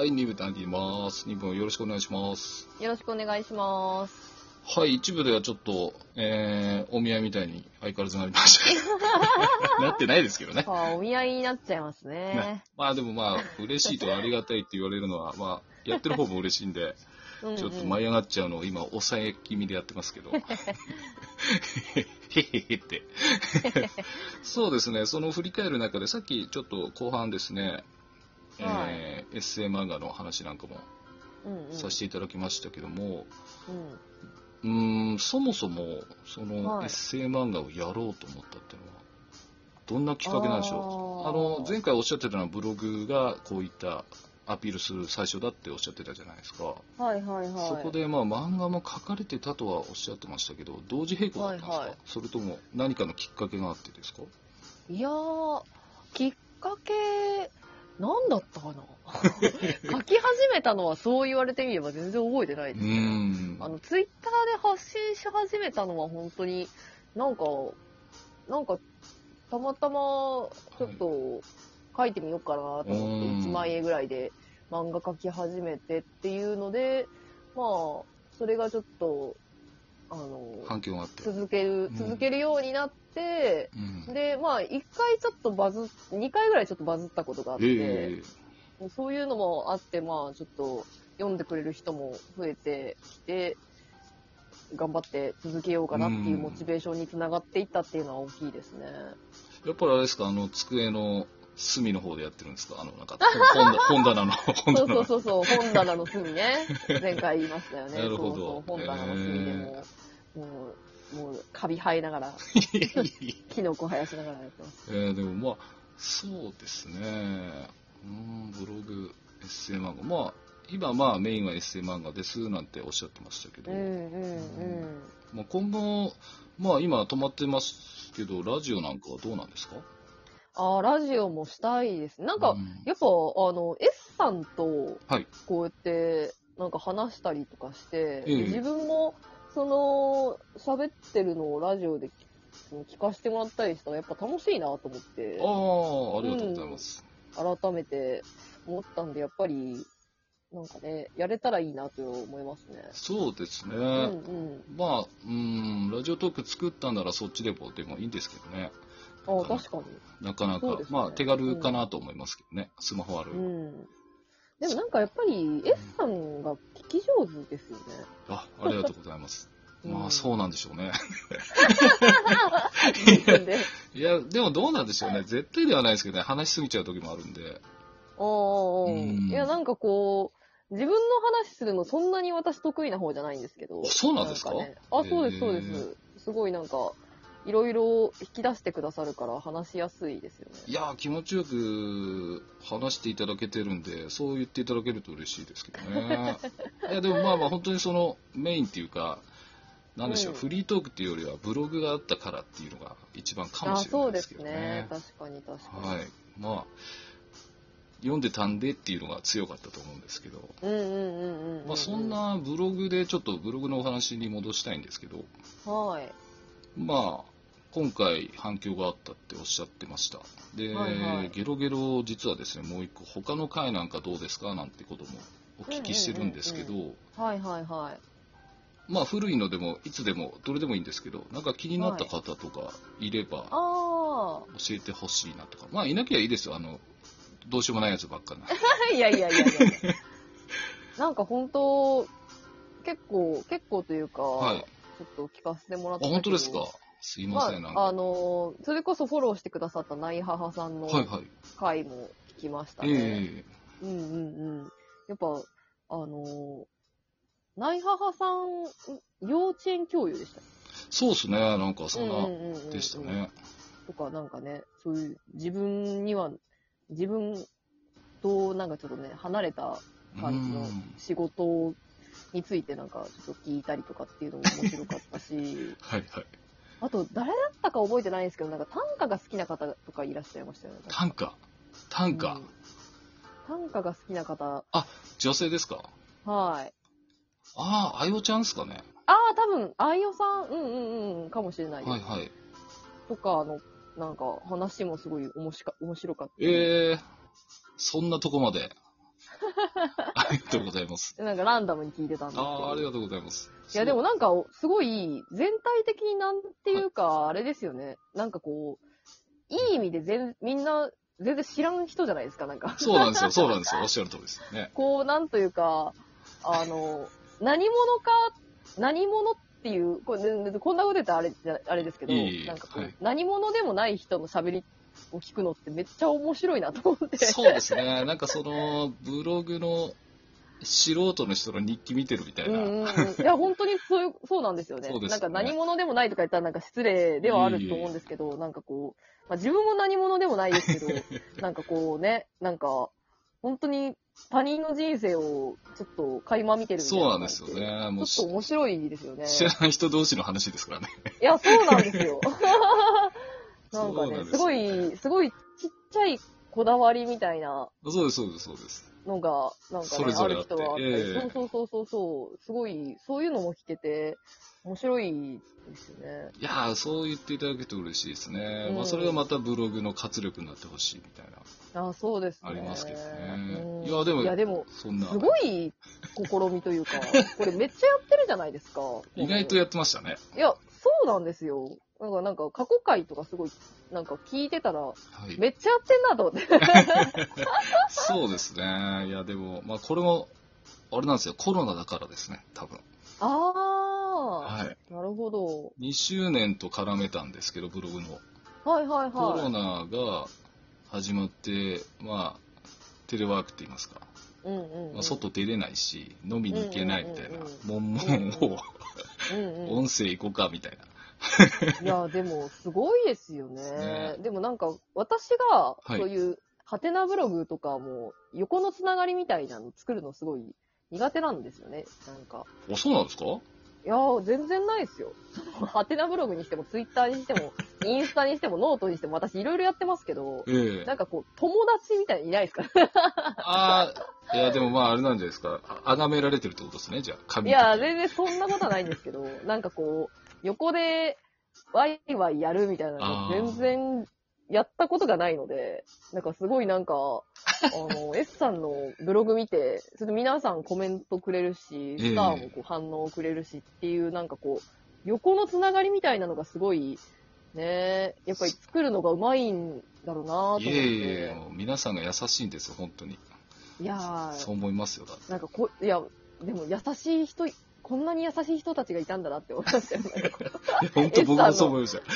はい、2部担ぎます。2部よろしくお願いします。 よろしくお願いします。 はい、一部ではちょっと、お見合いみたいに相変わらずなりましたけど。なってないですけどね。 お見合いになっちゃいますね。 まあでもまあ、嬉しいとありがたいって言われるのは、まあ、やってる方も嬉しいんで、ちょっと舞い上がっちゃうのを今、抑え気味でやってますけど。へへへって。そうですね、その振り返る中で、さっきちょっと後半ですね、エッセイ漫画の話なんかもさせていただきましたけども、そもそもそのエッセイ漫画をやろうと思ったっていうのはどんなきっかけなんでしょう。前回おっしゃってたのはブログがこういったアピールする最初だっておっしゃってたじゃないですか。 はいはいはい。 そこでまあ漫画も書かれてたとはおっしゃってましたけど、同時並行だったんですか、それとも何かのきっかけがあってですか。 いやー、きっかけ何だったかな書き始めたのはそう言われてみれば全然覚えてないですね。ツイッターで発信し始めたのは本当になんかたまたまちょっと書いてみようかなと思って1万円ぐらいで漫画書き始めてっていうので、まあそれがちょっと反響があって続けるようになって、でまあ1回ちょっと2回ぐらいちょっとバズったことがあって、そういうのもあって、まあちょっと読んでくれる人も増えてきて、頑張って続けようかなっていうモチベーションにつながっていったっていうのは大きいですね。 やっぱりあれですか、机の隅の方でやってるんですか、なんか本棚のそう本棚の隅ね。前回言いましたよね。 なるほど。 そう本棚の隅でもうカビ生えながらキノコ生やしながらやってます。 でもまあそうですね。ブログエッセイ漫画、まあ今まあメインはエッセイ漫画ですなんておっしゃってましたけど、まあ、今後まあ今止まってますけど、ラジオなんかはどうなんですか。 ラジオもしたいです。なんか、やっぱS さんとこうやってなんか話したりとかして、自分もその喋ってるのをラジオで聞かせてもらったりしたらやっぱ楽しいなと思って。 ありがとうございます。 改めて思ったんで、やっぱりなんかね、やれたらいいなと思いますね。 そうですね。まあラジオトーク作ったんならそっちでもいいんですけどね。 確かに。 なかなか、まあ手軽かなと思いますけどね、スマホある。 でもなんかやっぱり S さんが聞き上手ですよね。 ありがとうございます。まあそうなんでしょうね。いや、でもどうなんでしょうね。絶対ではないですけどね、話しすぎちゃう時もあるんで。 いや、なんかこう、自分の話するのそんなに私得意な方じゃないんですけど。 そうなんですか？ そうです、そうです。すごいなんか、いろいろ引き出してくださるから話しやすいですよね。 いや、気持ちよく話していただけてるんで、そう言っていただけると嬉しいですけどね。いや、でもまあまあ本当にそのメインっていうか、なんでしょう、フリートークっていうよりはブログがあったからっていうのが一番かもしれないですけどね。 そうですね。確かに。 はい。まあ、読んでたんでっていうのが強かったと思うんですけど。まあそんなブログでちょっとブログのお話に戻したいんですけど。まあ、今回反響があったっておっしゃってました。で、ゲロゲロ実はですね、もう一個他の回なんかどうですかなんてこともお聞きしてるんですけど。まあ古いのでもいつでもどれでもいいんですけど、なんか気になった方とかいれば教えてほしいなとか、まあいなきゃいいですよ、どうしようもないやつばっかな。 いやなんか本当結構というか、ちょっと聞かせてもらったけど。 本当ですか。すいません。 それこそフォローしてくださったナイハハさんの回も聞きましたね。やっぱナイハハさん、幼稚園教諭でした。 そうですね。なんかそんなでしたね。 とかなんかね、そういう自分となんかちょっとね離れた感じの仕事についてなんかちょっと聞いたりとかっていうのも面白かったし、あと誰だったか覚えてないんですけど、なんか短歌が好きな方とかいらっしゃいましたよね。 短歌が好きな方。 女性ですか。あよちゃんですかね。 多分あよさん、かもしれないです。とかなんか話もすごい面白かった。 そんなとこまで。 ありがとうございます。 なんかランダムに聞いてたんですけど。 ありがとうございます。 いや、でもなんか、すごい、全体的になんていうか、あれですよね。なんかこう、いい意味でみんな、全然知らん人じゃないですか、なんか。 そうなんですよ、そうなんですよ。おっしゃる通りですね。 こう、なんというか、何者っていう、こんなこと言ったらあれですけど、なんかこう、はい、何者でもない人の喋りを聞くのってめっちゃ面白いなと思って。 そうですね。なんかその、ブログの素人の人の日記見てるみたいな。 いや、本当にそうなんですよね。そうですね。なんか何者でもないとか言ったらなんか失礼ではあると思うんですけど、なんかこう、まあ、自分も何者でもないですけど、なんかこうね、なんか、本当に他人の人生をちょっと垣間見てるみたいな。 そうなんですよね。 もうちょっと面白いですよね。 知らない人同士の話ですからね。 いや、そうなんですよ。なんかね、すごいちっちゃいこだわりみたいな。 そうです、そうです、そうです。 のが、なんかね、 それぞれあってる人はあったり、そう、すごい、そういうのも聞けて、面白いですよね。 いやー、そう言っていただけて嬉しいですね。まあ、それがまたブログの活力になってほしいみたいな。 そうですね。 ありますけどね。 いや、でも、そんな。すごい試みというか、これめっちゃやってるじゃないですか。 意外とやってましたね。 いや、そうなんですよ。なんか過去回とかすごい、なんか聞いてたら、めっちゃやってんなと思って。 そうですね。いや、でも、まあこれも、あれなんですよ。コロナだからですね、多分。 はい。なるほど。 2周年と絡めたんですけど、ブログの。コロナが始まって、まあ、テレワークって言いますか。まあ、外出れないし、飲みに行けないみたいな、悶々を、音声行こうかみたいな。 いや、でも、すごいですよね。でもなんか、私が、そういう、ハテナブログとかも、横のつながりみたいなの作るのすごい苦手なんですよね。なんか。 そうなんですか？ いや全然ないですよ。ハテナブログにしても、ツイッターにしても、インスタにしても、ノートにしても、私いろいろやってますけど、なんかこう、友達みたいにいないですか？ いや、でもまあ、あれなんじゃないですか。崇められてるってことですね、じゃあ、 神。いや、全然そんなことはないんですけど、なんかこう、横でワイワイやるみたいなの全然やったことがないので、なんかすごいなんか、S さんのブログ見て、それで皆さんコメントくれるし、スターもこう反応くれるしっていうなんかこう、横のつながりみたいなのがすごい、ね、やっぱり作るのがうまいんだろうなと思って。 いや皆さんが優しいんですよ、本当に。 いやそう思いますよ、だって。 なんかいや、でも優しい人、こんなに優しい人たちがいたんだなって思いましたよね。 本当僕もそう思いました。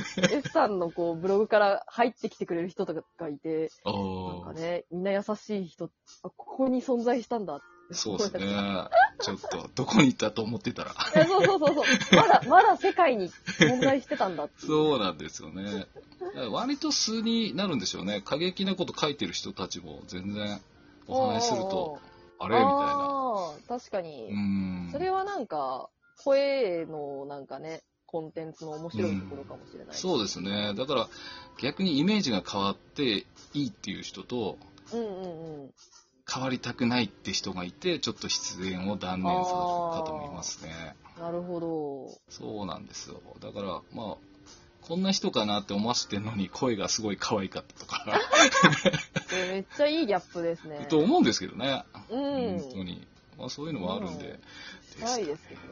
S さんのこうブログから入ってきてくれる人とかがいて、なんかね、みんな優しい人、ここに存在したんだって。 そうですね。ちょっと、どこにいたと思ってたら。 そう。まだ世界に存在してたんだって。 そうなんですよね。割と素になるんでしょうね。過激なこと書いてる人たちも全然お話しすると、あれみたいな。 確かに。それはなんか、声のなんかね、コンテンツの面白いところかもしれない。 そうですね。だから逆にイメージが変わっていいっていう人と、変わりたくないって人がいて、ちょっと出演を断念する方もいますね。 なるほど。 そうなんですよ。だから、まあ、こんな人かなって思わせてんのに声がすごい可愛かったとか。 めっちゃいいギャップですね。 と思うんですけどね。本当に。まあそういうのもあるんで。 ないですけど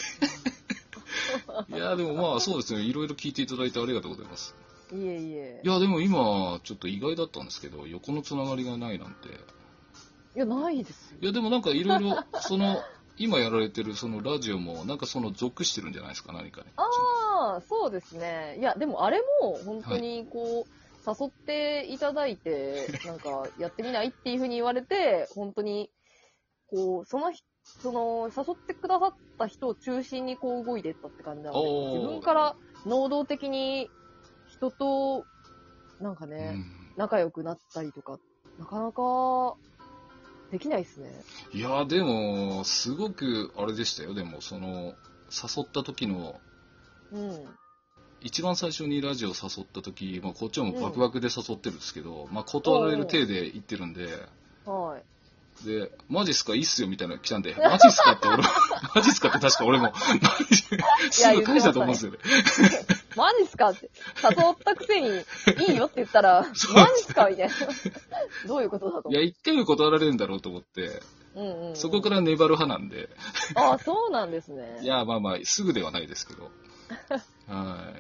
ね。いや、でもまあそうですね。いろいろ聞いていただいてありがとうございます。 いえ。 いや、でも今、ちょっと意外だったんですけど、横のつながりがないなんて。 いや、ないですよ。 いや、でもなんかいろいろ、今やられてるそのラジオも、なんか属してるんじゃないですか、何かね。 そうですね。いや、でもあれも、本当にこう、誘っていただいて、なんか、やってみないっていうふうに言われて、本当に、こう、誘ってくださった人を中心にこう動いていったって感じなので、自分から能動的に人と、なんかね、仲良くなったりとか、なかなか、できないですね。 いや、でも、すごく、あれでしたよ。でも、誘った時の、一番最初にラジオ誘った時、まあ、こっちはもうバクバクで誘ってるんですけど、まあ、断られる体で言ってるんで、で、マジっすかいいっすよみたいなの来たんで、マジっすかってマジっすかって確か俺も、すぐ返したと思うんですよね。 マジっすかって。誘ったくせに、いいよって言ったら、マジっすかみたいな。どういうことだと。 いや、一回も断られるんだろうと思って、そこから粘る派なんで。 ああ、そうなんですね。 いや、まあまあ、すぐではないですけど。はい。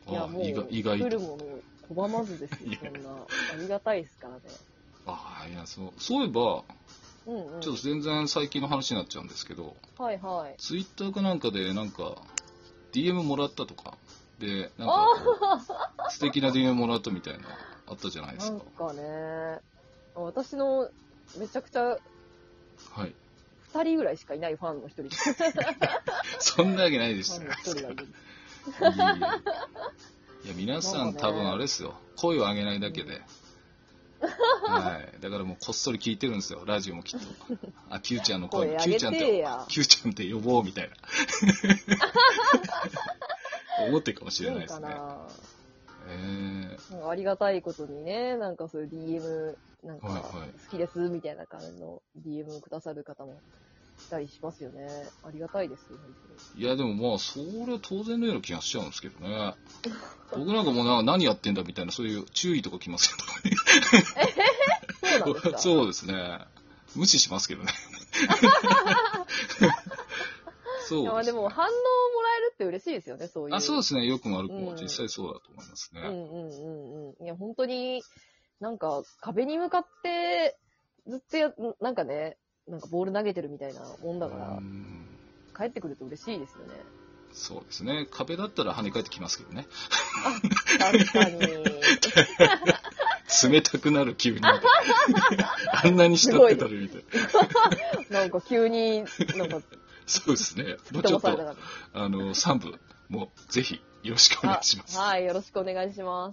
いや、もう、意外と。来るものを拒まずですよ、そんな。ありがたいですからね。 ああ、いや、そういえば、ちょっと全然最近の話になっちゃうんですけど、 はいはい。 ツイッターかなんかで、DM もらったとか、で、素敵な DM もらったみたいな、あったじゃないですか。 なんかね、私のめちゃくちゃ、 はい。 2人ぐらいしかいないファンの一人です。 そんなわけないですよ。 ファンの一人がいる。 いや、皆さん多分あれですよ。声を上げないだけで。はい。だからもうこっそり聞いてるんですよ。ラジオもきっと。あ、Q ちゃんの声。Q ちゃんって呼ぼうみたいな。思ってるかもしれないですね。 ありがたいことにね、なんかそういう DM、なんか好きですみたいな感じの DM くださる方もいたりしますよね。ありがたいですよ、本当に。いや、でもまあ、それは当然のような気がしちゃうんですけどね。僕なんかもう何やってんだみたいな、そういう注意とか来ますけどね。 そうなんですか？ そうですね。無視しますけどね。 そうですね。でも反応もらえるって嬉しいですよね、そういう。 そうですね。よくも悪くも実際そうだと思いますね。 いや、本当に、なんか壁に向かってずっとなんかね、なんかボール投げてるみたいなもんだから、帰ってくると嬉しいですよね。 そうですね。壁だったら跳ね返ってきますけどね。 確かに。 冷たくなる、急に。あんなに慕ってたるみたいな。なんか急に、なんか。 そうですね。もうちょっと、3部もぜひよろしくお願いします。 はい、よろしくお願いします。